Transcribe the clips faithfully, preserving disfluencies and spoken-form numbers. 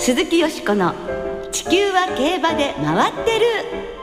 鈴木よしこの地球は競馬で回ってる。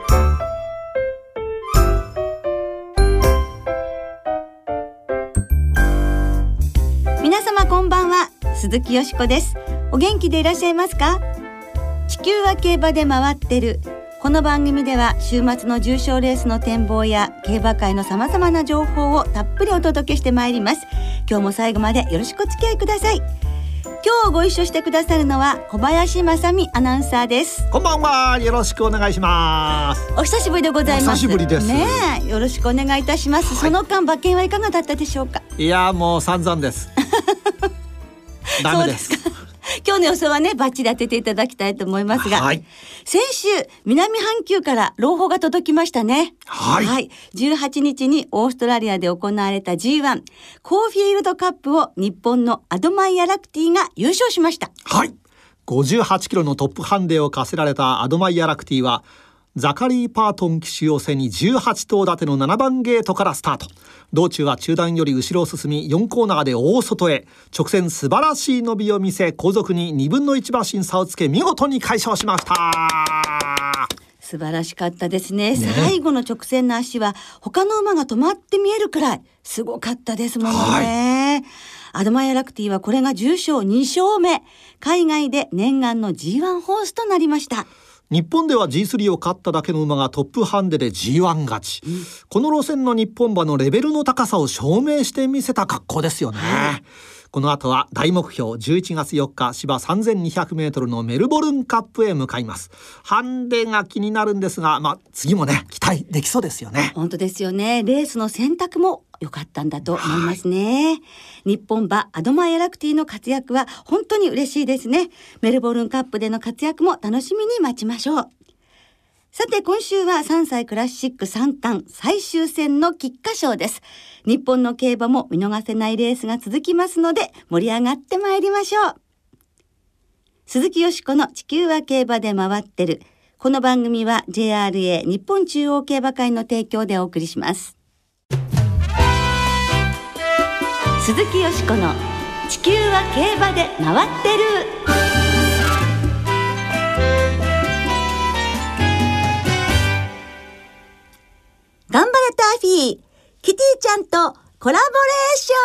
皆様こんばんは、鈴木よしこです。お元気でいらっしゃいますか？地球は競馬で回ってる。この番組では週末の重賞レースの展望や競馬界のさまざまな情報をたっぷりお届けしてまいります。今日も最後までよろしくお付き合いください。今日ご一緒してくださるのは小林正美アナウンサーです。 こんばんは、よろしくお願いします。 お久しぶりでございます。 お久しぶりですねえ、よろしくお願いいたします、はい、その間馬券はいかがだったでしょうか？ いやもう散々ですダメです。 そうですか。今日の予想はねバッチリ当てていただきたいと思いますが、はい、先週南半球から朗報が届きましたね。 はい、はい、 じゅうはちにちにオーストラリアで行われた ジーワン コーフィールドカップを日本のアドマイヤラクティが優勝しました。 はい、ごじゅうはちキロのトップハンデを課せられたアドマイヤラクティはザカリー・パートン騎手を背にじゅうはちとう立てのななばんゲートからスタート。道中は中段より後ろを進みよんコーナーで大外へ直線素晴らしい伸びを見せ、後続ににぶんのいち馬身差をつけ見事に快勝しました。 素晴らしかったですね。ね、最後の直線の足は他の馬が止まって見えるくらいすごかったですもんね。はい、アドマイヤラクティはこれが重賞にしょうめ、海外で念願の ジーワン ホースとなりました。 日本では ジースリー を勝っただけの馬がトップハンデで ジーワン 勝ち、うん、この路線の日本馬のレベルの高さを証明してみせた格好ですよね。はい、この後は大目標じゅういちがつよっか芝さんぜんにひゃくメートルのメルボルンカップへ向かいます。ハンデが気になるんですが、まあ、次もね期待できそうですよね。 本当ですよね。レースの選択も良かったんだと思いますね。はい、日本馬アドマイヤラクティの活躍は本当に嬉しいですね。メルボルンカップでの活躍も楽しみに待ちましょう。さて今週はさんさいクラシックさんかん最終戦の菊花賞です。日本の競馬も見逃せないレースが続きますので盛り上がってまいりましょう。鈴木よしこの地球は競馬で回ってる。この番組は ジェイアールエー 日本中央競馬会の提供でお送りします。鈴木よしこの地球は競馬で回ってる。頑張れターフィー、キティちゃんとコラボレーシ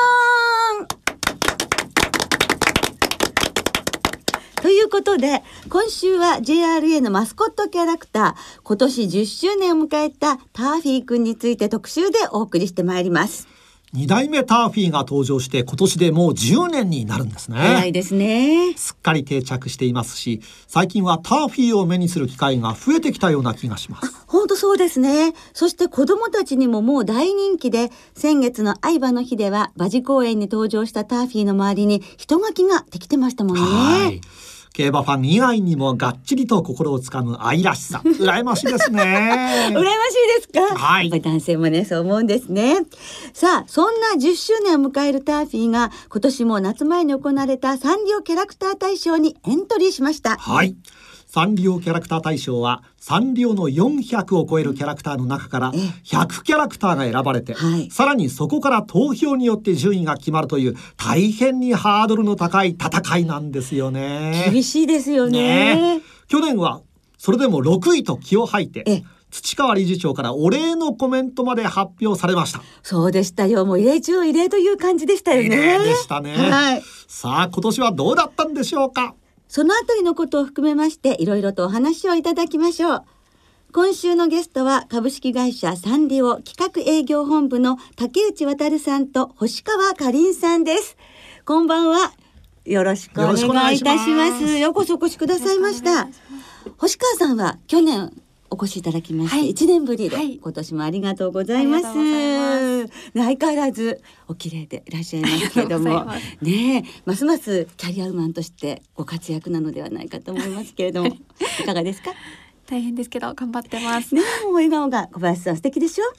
ョンということで、今週は ジェイアールエー のマスコットキャラクター、今年じゅっしゅうねんを迎えたターフィーくんについて特集でお送りしてまいります。 にだいめターフィーが登場して今年でもうじゅうねんになるんですね。 早いですね。 すっかり定着していますし、最近はターフィーを目にする機会が増えてきたような気がします。 本当そうですね。そして子どもたちにももう大人気で、先月の愛馬の日では馬事公園に登場したターフィーの周りに人書きができてましたもんね。はい、 競馬ファン以外にもがっちりと心をつかむ愛らしさ、羨ましいですね。 羨ましいですか？はい、やっぱり男性もねそう思うんですね。さあそんなじゅっしゅうねんを迎えるターフィーが今年も夏前に行われたサンリオキャラクター大賞にエントリーしました。 はい、サンリオキャラクター大賞はサンリオのよんひゃくを超えるキャラクターの中からひゃくキャラクターが選ばれて、はい、さらにそこから投票によって順位が決まるという大変にハードルの高い戦いなんですよね。 厳しいですよ ね, ね。去年はそれでもろくいと気を吐いて土川理事長からお礼のコメントまで発表されました。 そうでしたよ。もう異例中異例という感じでしたよね。 異例でしたね。 はい、 さあ今年はどうだったんでしょうか。 そのあたりのことを含めましていろいろとお話をいただきましょう。今週のゲストは株式会社サンリオ企画営業本部の竹内渉さんと星川かりんさんです。こんばんは。よろしくお願いいたします。ようこそお越しくださいました。星川さんは去年お越しいただきまして、はい、いちねんぶりで、はい、今年もありがとうございます。相変わらずお綺麗でいらっしゃいますけれどもねえ、ますますキャリアウーマンとしてご活躍なのではないかと思いますけれどもいかがですか？ 大変ですけど頑張ってます、 ね、もう笑顔が小林さん素敵でしょ。 え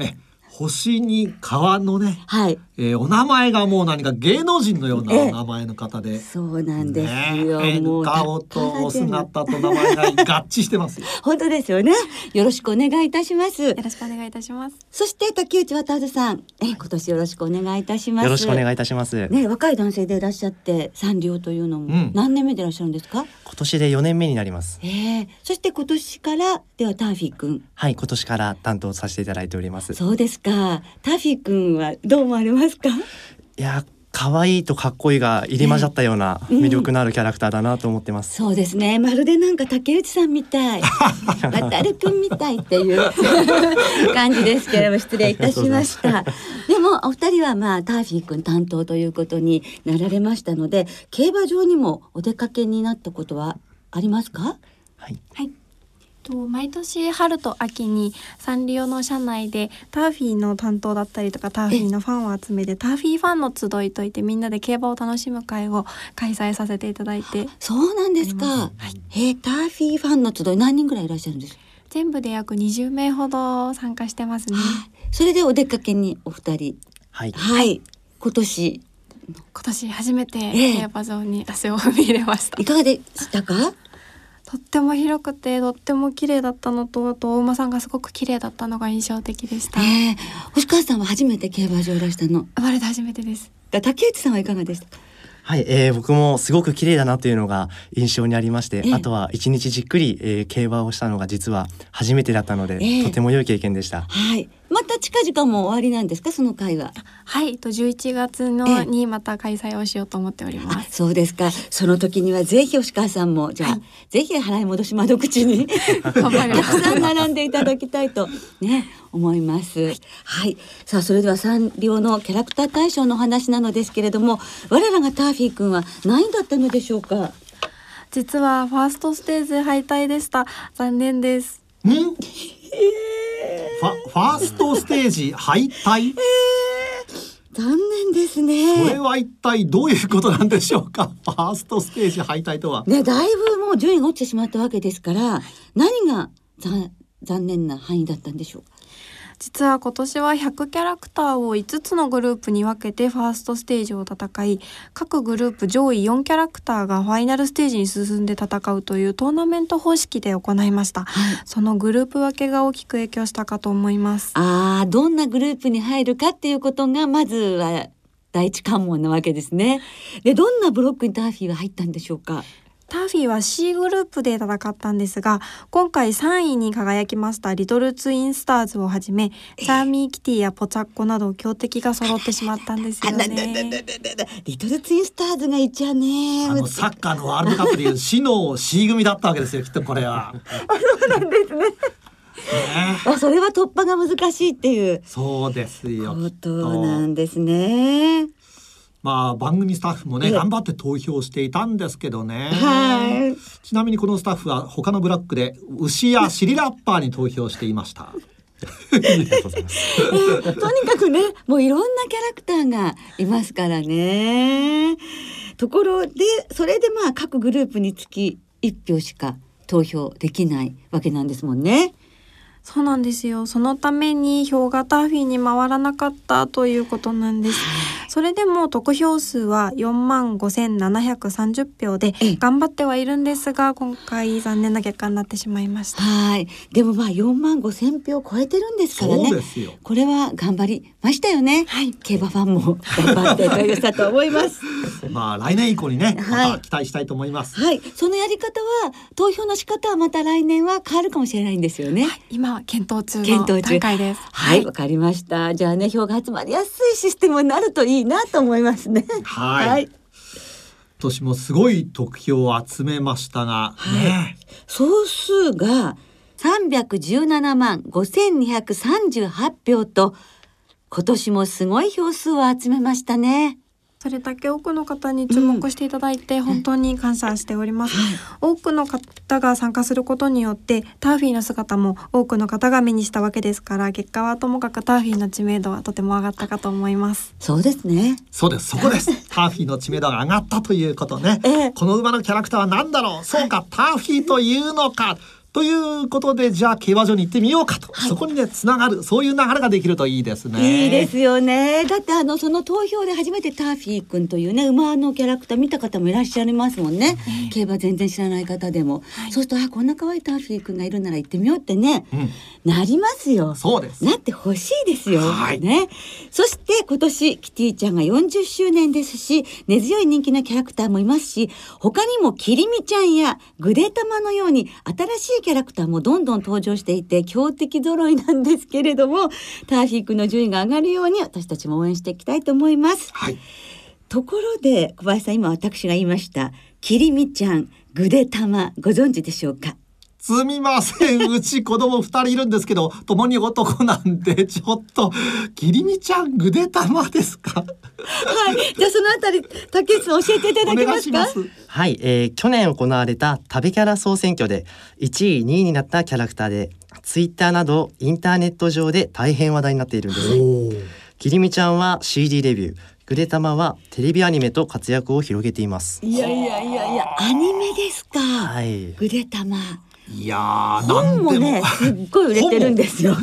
星に川のね、 はい、 えー、お名前がもう何か芸能人のようなお名前の方で、 そうなんですよ、 ね、 もう顔とお姿と名前が合致してますよ本当ですよね。よろしくお願いいたします。 よろしくお願いいたします。 そして竹内渡さん、え今年よろしくお願いいたします。 よろしくお願いいたします、 ね、若い男性でいらっしゃってサンリオというのも、うん、何年目でいらっしゃるんですか？ 今年でよねんめになります。 えー、そして今年からではターフィー君、 はい、今年から担当させていただいております。 そうですか。ターフィー君はどう思われますか？ いや、可愛いとかっこいいが入り混ざったような魅力のあるキャラクターだなと思ってます、 うん、そうですね。まるでなんか竹内さんみたい渡るくんみたいっていう感じですけれども、失礼いたしましたでもお二人はまあターフィー君担当ということになられましたので、競馬場にもお出かけになったことはありますか？ はい、 はい、毎年春と秋にサンリオの社内でターフィーの担当だったりとかターフィーのファンを集めてターフィーファンの集いといってみんなで競馬を楽しむ会を開催させていただいて。 そうなんですか、はい、えー、ターフィーファンの集い何人ぐらいいらっしゃるんですか？ 全部で約にじゅうめいほど参加してますね。 それでお出かけにお二人、 はい、 はい、今年今年初めて競馬場に足を踏み入れました、 いかがでしたか？ とっても広くてとっても綺麗だったのと、あとお馬さんがすごく綺麗だったのが印象的でした。 えー、星川さんは初めて競馬場いらしたの？ 生まれて初めてです。 竹内さんはいかがでしたか？ はい、えー、僕もすごく綺麗だなというのが印象にありまして、 えー、 あとは一日じっくり、えー、競馬をしたのが実は初めてだったので、えー、とても良い経験でした。 はい、また近々も終わりなんですか、その会は？ はい、とじゅういちがつのにまた開催をしようと思っております。 そうですか。その時にはぜひ星川さんもじゃあ、はい、ぜひ払い戻し窓口にたくさん並んでいただきたいとね思います。はい、さあそれではサンリオのキャラクター大賞の話なのですけれども、我らがターフィー君は何位だったのでしょうか？ 実はファーストステージ敗退でした。残念です。 ん？えー、ファ、ファーストステージ敗退？えー、 残念ですね。 それは一体どういうことなんでしょうか？ファーストステージ敗退とは、 ね、だいぶもう順位が落ちてしまったわけですから、何が残念な範囲だったんでしょうか？ 実は今年はひゃくキャラクターをいつつのグループに分けてファーストステージを戦い、各グループ上位よんキャラクターがファイナルステージに進んで戦うというトーナメント方式で行いました、はい、そのグループ分けが大きく影響したかと思います。 あー、どんなグループに入るかっていうことがまずは第一関門なわけですね。で、どんなブロックにターフィーは入ったんでしょうか？ ターフィーは C グループで戦ったんですが、今回さんいに輝きましたリトルツインスターズをはじめチャーミーキティやポチャッコなど強敵が揃ってしまったんですよね。 リトルツインスターズが一応ね、 あのサッカーのワールドカップでいう死の C 組だったわけですよ、きっとこれは。 そうなんですね。ね、あ、それは突破が難しいっていうそうですよことなんですね。 まあ、番組スタッフもね頑張って投票していたんですけどね、 はい、 ちなみにこのスタッフは他のブラックで牛やシリラッパーに投票していましたとにかくね、もういろんなキャラクターがいますからね。ところでそれでまあ各グループにつきいち票しか投票できないわけなんですもんね。 そうなんですよ。そのために票がターフィーに回らなかったということなんです。それでも得票数はよんまんごせんななひゃくさんじゅう票で頑張ってはいるんですが、今回残念な結果になってしまいました。 はい、でもまあよんまんごせん票を超えてるんですからね。 そうですよ。 これは頑張りましたよね、はい、競馬ファンも頑張ってというしたと思いますまあ来年以降にね、 はい、 また期待したいと思います。 はい、そのやり方は投票の仕方はまた来年は変わるかもしれないんですよね、 はい、今は検討中の段階です。 はい、わ、はい、かりました。じゃあね、票が集まりやすいシステムになるといいなと思いますね。 はい、 はい、 今年もすごい得票を集めましたが、 はい、 ね、 総数がさんびゃくじゅうななまんごせんにひゃくさんじゅうはち票と今年もすごい票数を集めましたね。 それだけ多くの方に注目していただいて本当に感謝しております、うん、多くの方が参加することによってターフィーの姿も多くの方が目にしたわけですから、結果はともかくターフィーの知名度はとても上がったかと思います。 そうですね。 そうです、そこですターフィーの知名度が上がったということね、ええ、この馬のキャラクターは何だろう、そうかターフィーというのか、 ということで、じゃあ競馬場に行ってみようかと、はい、そこにねつながる、そういう流れができるといいですね。 いいですよね。だってあのその投票で初めてターフィー君というね馬のキャラクター見た方もいらっしゃいますもんね、うん、競馬全然知らない方でも、はい、そうするとあこんな可愛いターフィー君がいるなら行ってみようってね、うん、なりますよ。 そうです。 なってほしいですよ、 はいね、そして今年キティちゃんがよんじゅっしゅうねんですし、根強い人気のキャラクターもいますし、他にもキリミちゃんやグデタマのように新しいキャラクターもどんどん登場していて強敵揃いなんですけれども、ターフィー君の順位が上がるように私たちも応援していきたいと思います、はい、ところで小林さん、今私が言いましたキリミちゃんグデタマご存知でしょうか？ すみません、うち子供ふたりいるんですけど共に男なんで、ちょっとキリミちゃんグデタマですか？はい、 じゃあそのあたり竹内さん教えていただけますか？ はい、えー、去年行われた食べキャラ総選挙でいちいにいになったキャラクターで、ツイッターなどインターネット上で大変話題になっているんです。キリミちゃんは シーディー レビュー、グデタマはテレビアニメと活躍を広げています。 いやいやいやいや、アニメですか？はい、グデタマ。 いやー、 本もねすっごい売れてるんですよ。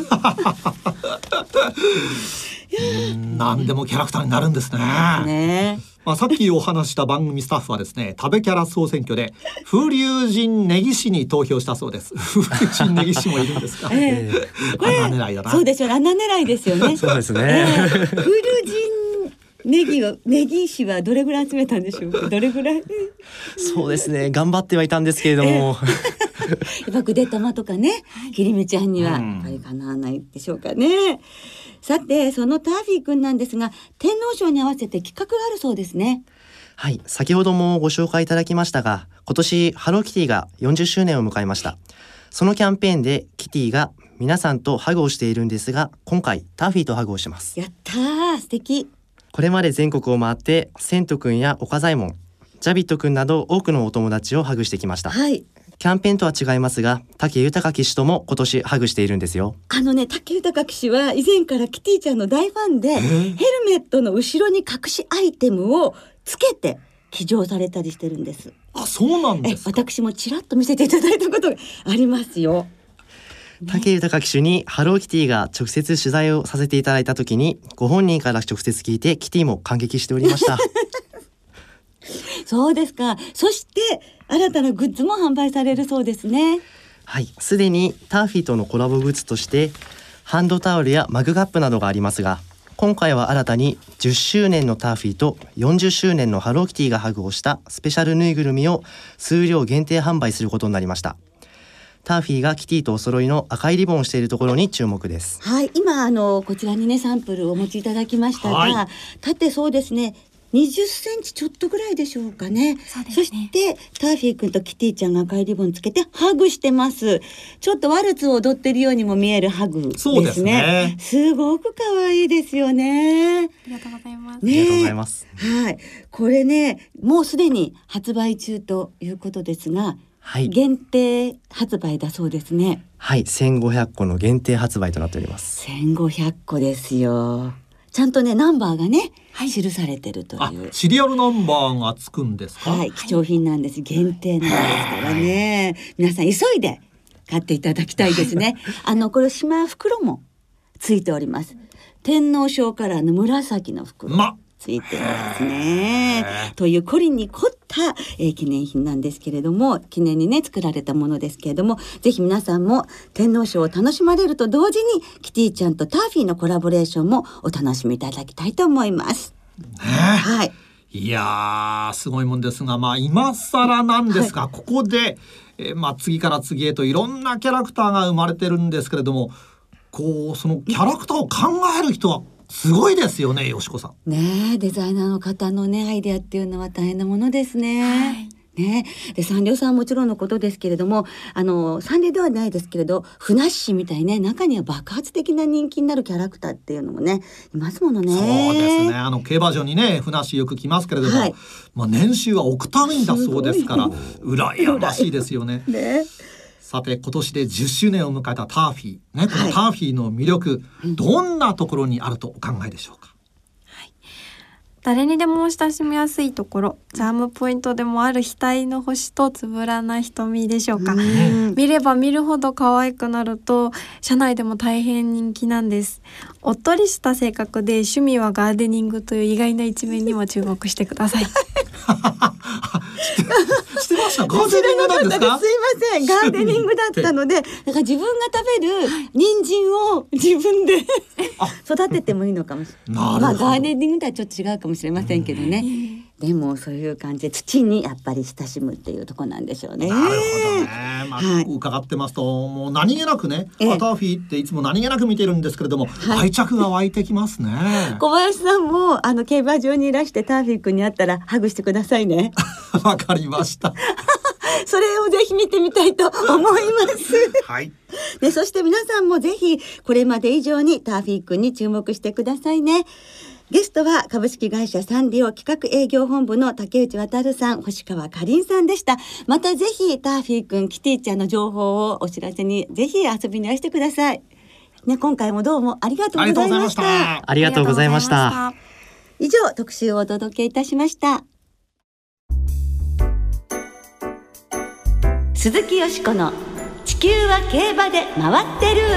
何でもキャラクターになるんですね。ね、まあ、さっきお話した番組スタッフはですね、食べキャラ総選挙で風流人ネギ氏に投票したそうです。風流人ネギ氏もいるんですか？えー、これ穴狙いだな。 そうですよ、穴狙いですよね。 そうですね。えー、風流人ネギをネギ氏はどれぐらい集めたんでしょうか？どれぐらい？ そうですね、頑張ってはいたんですけれども、やっぱグデタマとかね、キリミちゃんにはやっぱりかなわないでしょうかね。さて、そのターフィー君なんですが、天皇賞に合わせて企画があるそうですね。 はい、先ほどもご紹介いただきましたが、今年ハローキティがよんじゅっしゅうねんを迎えました。そのキャンペーンでキティが皆さんとハグをしているんですが、今回ターフィーとハグをします。 やったー、素敵。 これまで全国を回ってセント君や岡左衛門、ジャビット君など多くのお友達をハグしてきました。はい、キャンペーンとは違いますが、武豊騎手とも今年ハグしているんですよ。 あのね、武豊騎手は以前からキティちゃんの大ファンで、ヘルメットの後ろに隠しアイテムをつけて騎乗されたりしてるんです。 あ、そうなんですか。 え、私もちらっと見せていただいたことがありますよ。 武豊騎手にハローキティが直接取材をさせていただいた時に、ご本人から直接聞いてキティも感激しておりました。 そうですか。そして新たなグッズも販売されるそうですね。 はい、すでにターフィーとのコラボグッズとしてハンドタオルやマグカップなどがありますが、今回は新たにじゅっしゅうねんのターフィーとよんじゅっしゅうねんのハローキティがハグをしたスペシャルぬいぐるみを数量限定販売することになりました。ターフィーがキティとお揃いの赤いリボンをしているところに注目です。 はい、今あのこちらにねサンプルをお持ちいただきましたが、はい、縦そうですねにじゅっセンチちょっとぐらいでしょうかね。 そ, ねそしてターフィー君とキティちゃんが赤いリボンつけてハグしてます。ちょっとワルツを踊ってるようにも見えるハグですね。 そうですね。 すごく可愛いですよね。 ありがとうございます、 ね、ありがとうございます。 はい、これねもうすでに発売中ということですが、はい、限定発売だそうですね。 はい、せんごひゃっこの限定発売となっております。 せんごひゃっこですよ。ちゃんとねナンバーがね、はい、記されてるという。 あ、シリアルナンバーがつくんですか？ はい、貴重品なんです。限定なんですからね、はい、皆さん急いで買っていただきたいですね。あのこれしまう袋もついております。天皇賞カラーの紫の袋、まついてますね。というコリンに凝った、えー、記念品なんですけれども、記念にね作られたものですけれども、ぜひ皆さんも天皇賞を楽しまれると同時にキティちゃんとターフィーのコラボレーションもお楽しみいただきたいと思います、ね、はい。 いやーすごいもんですが、まあ今更なんですが、はい、ここで、えーまあ、次から次へといろんなキャラクターが生まれてるんですけれども、こうそのキャラクターを考える人はすごいですよね、よしこさん。 ねえ、デザイナーの方のねアイデアっていうのは大変なものですね。はい、ね、でサンリオさんはもちろんのことですけれども、あのサンリオではないですけれどフナッシーみたいね、中には爆発的な人気になるキャラクターっていうのもねいますものね。 そうですね、あの競馬場にねフナッシーよく来ますけれども、はい、まあ、年収は億単位だそうですから羨ましいですよね。ね、さて今年でじゅっしゅうねんを迎えたターフィー、ね、このターフィーの魅力、はい、どんなところにあるとお考えでしょうか？ はい、 誰にでも親しみやすいところ、チャームポイントでもある額の星とつぶらな瞳でしょうか。見れば見るほど可愛くなると社内でも大変人気なんです。おっとりした性格で趣味はガーデニングという意外な一面にも注目してください。 してました。ガーデニングなんですか？ すいません、ガーデニングだったので、だから自分が食べる人参を自分で育ててもいいのかもしれない。まあガーデニングとはちょっと違うかもしれませんけどね。でもそういう感じで土にやっぱり親しむっていうところなんでしょうね。 なるほどね。まあ、はい、伺ってますともう何気なくね、ターフィーっていつも何気なく見てるんですけれども、はい、愛着が湧いてきますね。 小林さんもあの競馬場にいらしてターフィー君に会ったらハグしてくださいね。 わかりました。 それをぜひ見てみたいと思います。 はい。 で、そして皆さんもぜひこれまで以上にターフィー君に注目してくださいね。ゲストは株式会社サンリオ企画営業本部の竹内渉さん、星川かりんさんでした。またぜひターフィー君、キティちゃんの情報をお知らせにぜひ遊びにいらしてください。ね、今回もどうもありがとうございました。 ありがとうございました。 以上、特集をお届けいたしました。鈴木よしこの地球は競馬で回ってる。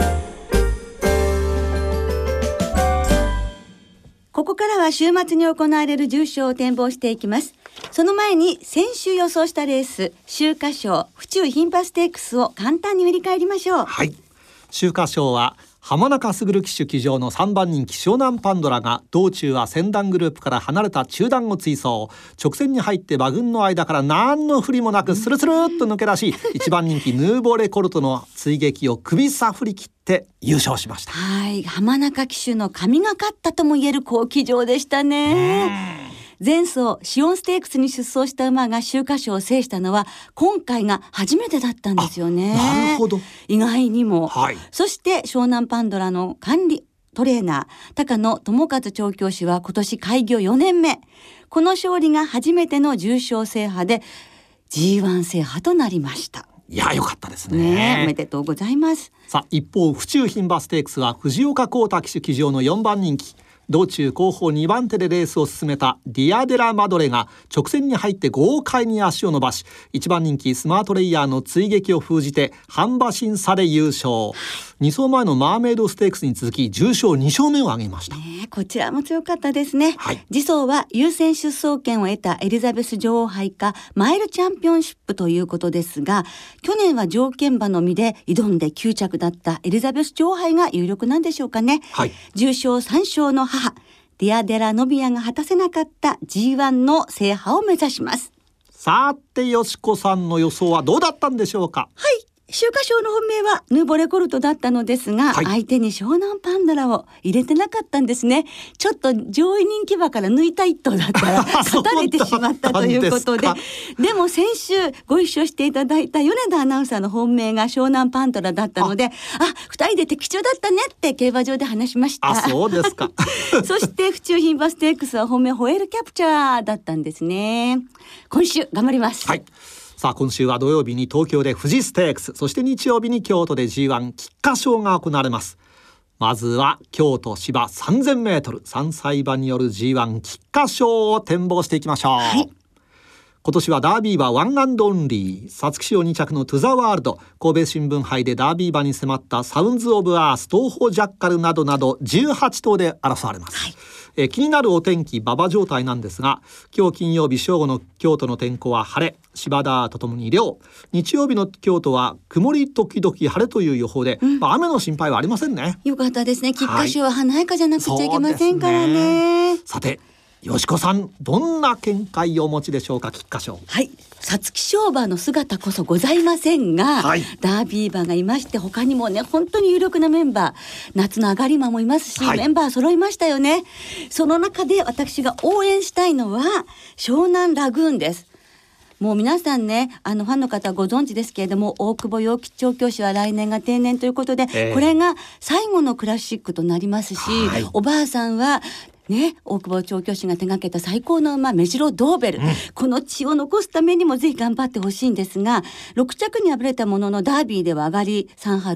ここからは週末に行われる重賞を展望していきます。その前に先週予想したレース、秋華賞府中牝馬ステークスを簡単に振り返りましょう。 はい、秋華賞は浜中優騎手騎乗のさんばん人気湘南パンドラが道中は先団グループから離れた中段を追走、直線に入って馬群の間から何の不利もなくスルスルっと抜け出し、いちばん人気ヌーボレコルトの追撃を首差振り切って優勝しました。 はい、浜中騎手の神がかったとも言える好騎乗でしたね。前走シオンステークスに出走した馬が秋華賞を制したのは今回が初めてだったんですよね。 なるほど。 意外にも、 はい、 そして湘南パンドラの管理トレーナー高野智和調教師は今年開業よねんめ、この勝利が初めての重賞制覇で ジーワン 制覇となりました。 いや、良かったですね。 ね、おめでとうございます。 さあ、一方府中牝馬ステークスは藤岡幸太騎手騎乗のよんばん人気、道中後方にばん手でレースを進めたディアデラマドレが直線に入って豪快に足を伸ばし、いちばん人気スマートレイヤーの追撃を封じて半馬身差で優勝。に走前のマーメイドステークスに続き重賞に勝目を挙げました。 ね、こちらも強かったですね。 はい、 次走は優先出走権を得たエリザベス女王杯かマイルチャンピオンシップということですが、去年は条件馬のみで挑んできゅう着だったエリザベス女王杯が有力なんでしょうかね。 はい、 重賞さん勝の母ディアデラノビアが果たせなかった ジーワン の制覇を目指します。 さて、よしこさんの予想はどうだったんでしょうか？ はい、秋華賞の本命はヌーボレコルトだったのですが、はい、相手に湘南パンドラを入れてなかったんですね。ちょっと上位人気馬から抜いた一頭だったら勝たれてしまったということででも先週ご一緒していただいた米田アナウンサーの本命が湘南パンドラだったので、ああ二人で的中だったねって競馬場で話しました。 あ、そうですか。 そして府中牝馬ステークスは本命ホエールキャプチャーだったんですね。今週頑張ります。 はい、さあ今週は土曜日に東京で富士ステークス、そして日曜日に京都で ジーワン 菊花賞が行われます。まずは京都芝 さんぜんメートル さんさい馬による ジーワン 菊花賞を展望していきましょう。はい、今年はダービー馬ワンアンドオンリー、皐月賞に着のトゥザワールド、神戸新聞杯でダービー馬に迫ったサウンズオブアース、東方ジャッカルなどなどじゅうはち頭で争われます。はい、え気になるお天気馬場状態なんですが、今日金曜日正午の京都の天候は晴れ、芝田とともに涼。日曜日の京都は曇り時々晴れという予報で、うん、まあ、雨の心配はありませんね。 よかったですね。菊花賞は華やかじゃなくちゃいけませんからね。 ね、さてよしこさん、どんな見解をお持ちでしょうか？菊花賞。 はい、皐月賞馬の姿こそございませんが、はい、ダービー馬がいまして、他にもね本当に有力なメンバー、夏の上がり馬もいますし、はい、メンバー揃いましたよね。その中で私が応援したいのは湘南ラグーンです。もう皆さんね、あのファンの方はご存知ですけれども、大久保陽吉調教師は来年が定年ということで、えー、これが最後のクラシックとなりますし、はい、おばあさんはね、大久保調教師が手掛けた最高の馬メジロドーベル、うん、この血を残すためにもぜひ頑張ってほしいんですが、ろく着に敗れたもののダービーでは上がりサンハロン、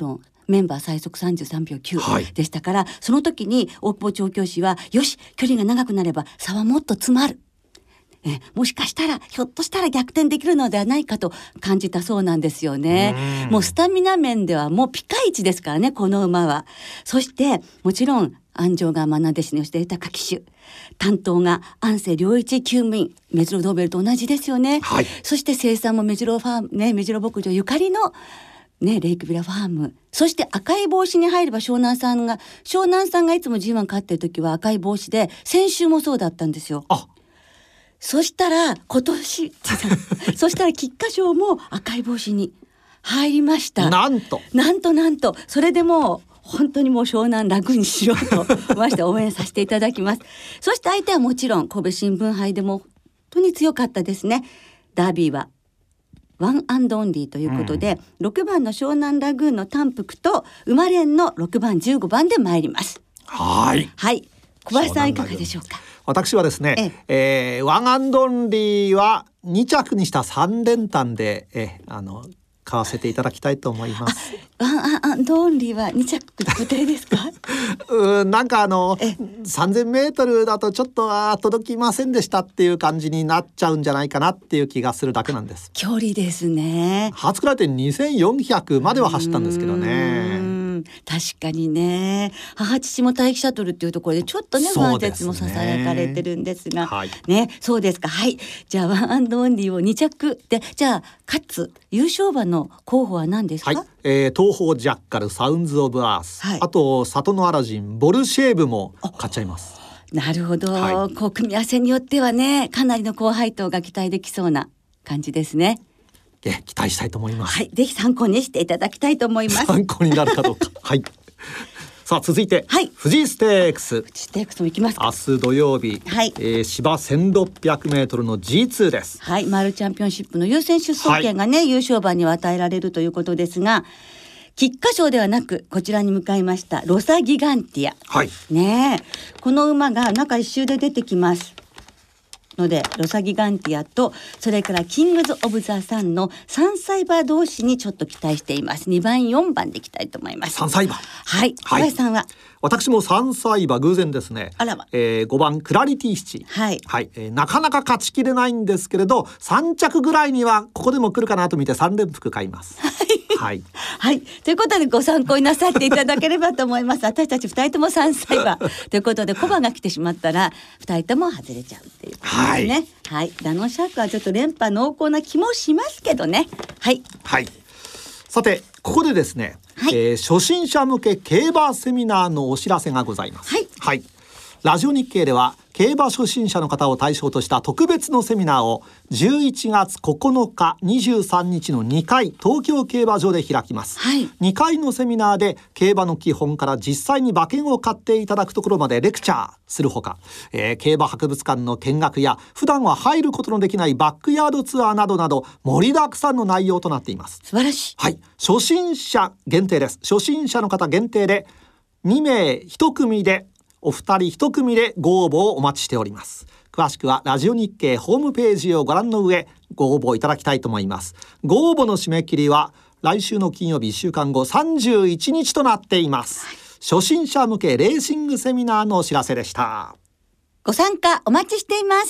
メンバー最速さんじゅうさんびょうきゅうはいでしたから、その時に大久保調教師はよし距離が長くなれば差はもっと詰まる、えもしかしたらひょっとしたら逆転できるのではないかと感じたそうなんですよね。もうスタミナ面ではもうピカイチですからね、この馬は。そしてもちろん安城が愛弟子の吉田豊騎手、担当が安瀬良一厩務員、目白ドーベルと同じですよね、 はい、 そして生産も目白ファーム、ね、目白牧場ゆかりのね、レイクビラファーム、そして赤い帽子に入れば湘南さんが湘南さんがいつも ジーワン 勝ってる時は赤い帽子で、先週もそうだったんですよ。 あそしたら今年そしたら菊花賞も赤い帽子に入りました。 なんとなんとなんとそれでもう本当にもう湘南楽にしようとまして応援させていただきます。そして相手はもちろん神戸新聞杯でも本当に強かったですね。ダービーはワンアンドオンリーということで、うん、ろくばんの湘南ラグーンの単福と馬連のろくばんじゅうごばんで参ります。 はいはい小林さんいかがでしょうか。 私はですね、ええー、ワンアンドオンリーはに着にしたさん連単で、えー、あの買わせていただきたいと思います。 ワンアンドオンリーはに着で固定ですかうなんかあのさんぜんメートルだとちょっとあ届きませんでしたっていう感じになっちゃうんじゃないかなっていう気がするだけなんです。 距離ですね。 初くらいでにせんよんひゃくまでは走ったんですけどね。 確かにね、母父も待機シャトルっていうところでちょっとね不安説もささやかれてるんですが、 はい、 ね、そうですか。はい、じゃあワンアンドオンリーをに着で、じゃあ勝つ優勝馬の候補は何ですか。 はい、えー、東方ジャッカル、サウンズオブアース、はい、あと里のアラジン、ボルシェーブも買っちゃいます。 なるほど、 はい、 こう組み合わせによってはね、かなりの高配当が期待できそうな感じですね。 え期待したいと思います。 はい、ぜひ参考にしていただきたいと思います。 参考になるかどうかはい。さあ続いて、はい、富士ステークス。 富士ステークスも行きますか。 明日土曜日、はい、えー、芝せんろっぴゃくメートルの ジーツー です。 はい、マールチャンピオンシップの優先出走権がね、はい、優勝馬には与えられるということですが、菊花賞ではなくこちらに向かいましたロサギガンティア、 はい、 ねえ、この馬が中一周で出てきますので、ロサギガンティアとそれからキングズオブザサンのさんさい馬同士にちょっと期待しています。にばんよんばんでいきたいと思います。 さんさい馬、 はい、小林さんは。 私もさんさい馬偶然ですね。 あらば、 えー、ごばんクラリティシチ、 はい、 はい、えー、なかなか勝ちきれないんですけれど、さん着ぐらいにはここでも来るかなと見てさん連複買いますはい、はい、 ということでご参考になさっていただければと思います私たちふたりともさんさい馬ということで、小馬が来てしまったらふたりとも外れちゃうっていうことですね。はい、はい、ダノンシャークはちょっと連覇濃厚な気もしますけどね。はい、 はい、さてここでですね、はい、えー、初心者向け競馬セミナーのお知らせがございます。 はい、 はい、ラジオ日経では競馬初心者の方を対象とした特別のセミナーをじゅういちがつここのか、にじゅうさんにちのにかい東京競馬場で開きます。 はい、 にかいのセミナーで競馬の基本から実際に馬券を買っていただくところまでレクチャーするほか、えー、競馬博物館の見学や普段は入ることのできないバックヤードツアーなどなど盛りだくさんの内容となっています。 素晴らしい。 はい、初心者限定です。初心者の方限定でにめいいち組でお二人一組でご応募をお待ちしております。詳しくはラジオ日経ホームページをご覧の上ご応募いただきたいと思います。ご応募の締め切りは来週の金曜日いっしゅうかんごさんじゅういちにちとなっています。初心者向けレーシングセミナーのお知らせでした。 ご参加お待ちしています。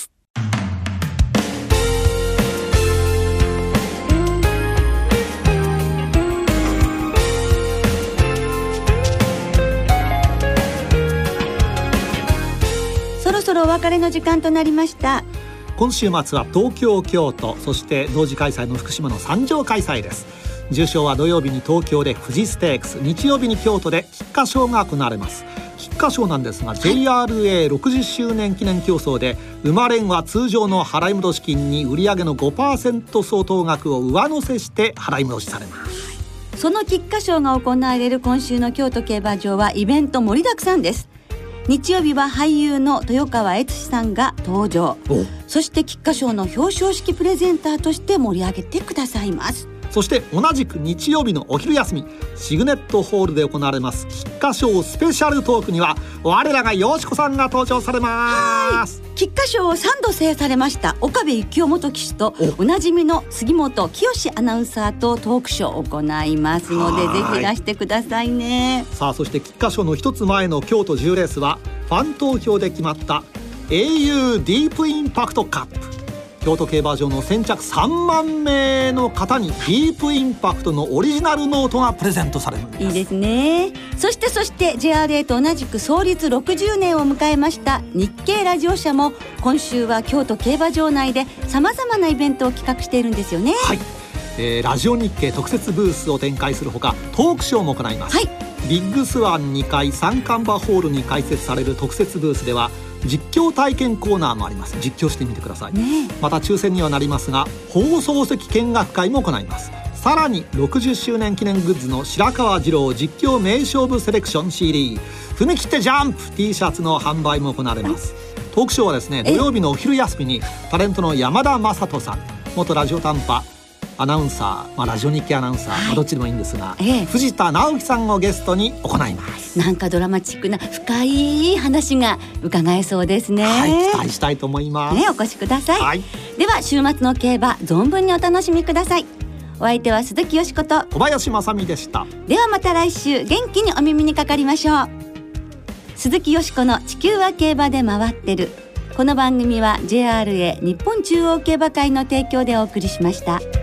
そろそろお別れの時間となりました。 今週末は東京、京都、そして同時開催の福島のさん場開催です。重賞は土曜日に東京で富士ステークス、日曜日に京都で菊花賞が行われます。菊花賞なんですが ジェイアールエーろくじゅっしゅうねん記念競争で馬連は通常の払い戻し金に売上の ごパーセント 相当額を上乗せして払い戻しされます。 その菊花賞が行われる今週の京都競馬場はイベント盛りだくさんです。日曜日は俳優の豊川悦司さんが登場。そして菊花賞の表彰式プレゼンターとして盛り上げてくださいます。 そして同じく日曜日のお昼休み、シグネットホールで行われます菊花賞スペシャルトークには我らがよしこさんが登場されます。 菊花賞をさんど制されました岡部幸男元騎手とおなじみの杉本清アナウンサーとトークショーを行いますので、ぜひいらしてくださいね。 さあ、そして菊花賞の一つ前の京都じゅうレースはファン投票で決まった エーユー ディープインパクトカップ。京都競馬場の先着さんまんめいの方にディープインパクトのオリジナルノートがプレゼントされるんです。 いいですね。そしてそして ジェイアールエー と同じく創立ろくじゅうねんを迎えました日経ラジオ社も今週は京都競馬場内でさまざまなイベントを企画しているんですよね。 はい、えー、ラジオ日経特設ブースを展開するほかトークショーも行います。 はい、 ビッグスワンにかい三冠馬ホールに開設される特設ブースでは実況体験コーナーもあります。実況してみてください、ね、また抽選にはなりますが放送席見学会も行います。さらにろくじゅっしゅうねん記念グッズの白川次郎実況名勝負セレクション シーディー 踏み切ってジャンプ T シャツの販売も行われます。トークショーはですね、土曜日のお昼休みにタレントの山田雅人さん、元ラジオ短波アナウンサー、まあ、ラジオ日記アナウンサー、はい、まあ、どっちでもいいんですが、ええ、藤田直樹さんをゲストに行います。 なんかドラマチックな深い話が伺えそうですね。 はい、期待したいと思います、 ね、お越しください、 はい、 では週末の競馬存分にお楽しみください。お相手は鈴木よしこと小林正美でした。 ではまた来週元気にお耳にかかりましょう。鈴木よしこの地球は競馬で回ってる。この番組は ジェイアールエー 日本中央競馬会の提供でお送りしました。